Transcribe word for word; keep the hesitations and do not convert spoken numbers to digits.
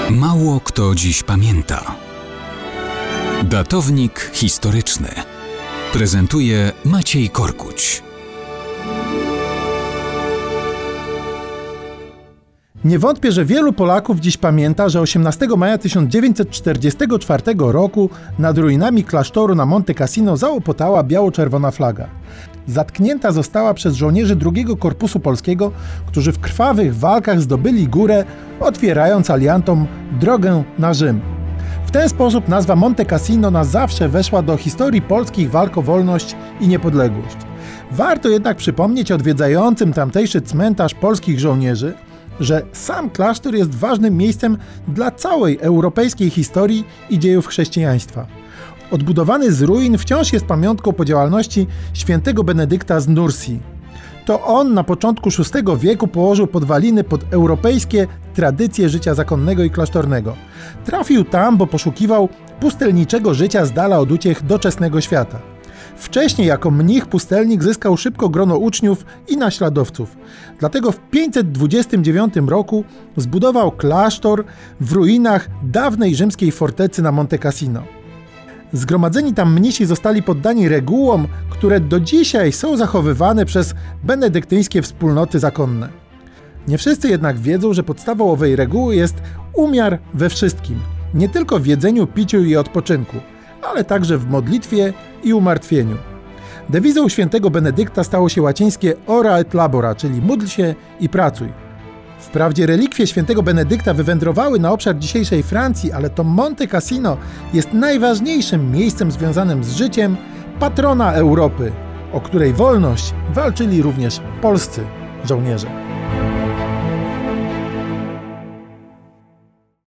Mało kto dziś pamięta. Datownik historyczny prezentuje Maciej Korkuć. Nie wątpię, że wielu Polaków dziś pamięta, że osiemnastego maja tysiąc dziewięćset czterdziestego czwartego roku nad ruinami klasztoru na Monte Cassino załopotała biało-czerwona flaga. Zatknięta została przez żołnierzy drugiego Korpusu Polskiego, którzy w krwawych walkach zdobyli górę, otwierając aliantom drogę na Rzym. W ten sposób nazwa Monte Cassino na zawsze weszła do historii polskich walk o wolność i niepodległość. Warto jednak przypomnieć odwiedzającym tamtejszy cmentarz polskich żołnierzy, że sam klasztor jest ważnym miejscem dla całej europejskiej historii i dziejów chrześcijaństwa. Odbudowany z ruin wciąż jest pamiątką po działalności świętego Benedykta z Nursji. To on na początku szóstego wieku położył podwaliny pod europejskie tradycje życia zakonnego i klasztornego. Trafił tam, bo poszukiwał pustelniczego życia z dala od uciech doczesnego świata. Wcześniej jako mnich pustelnik zyskał szybko grono uczniów i naśladowców. Dlatego w pięćset dwudziestym dziewiątym roku zbudował klasztor w ruinach dawnej rzymskiej fortecy na Monte Cassino. Zgromadzeni tam mnisi zostali poddani regułom, które do dzisiaj są zachowywane przez benedyktyńskie wspólnoty zakonne. Nie wszyscy jednak wiedzą, że podstawą owej reguły jest umiar we wszystkim. Nie tylko w jedzeniu, piciu i odpoczynku, ale także w modlitwie i umartwieniu. Dewizą świętego Benedykta stało się łacińskie ora et labora, czyli módl się i pracuj. Wprawdzie relikwie świętego Benedykta wywędrowały na obszar dzisiejszej Francji, ale to Monte Cassino jest najważniejszym miejscem związanym z życiem patrona Europy, o której wolność walczyli również polscy żołnierze.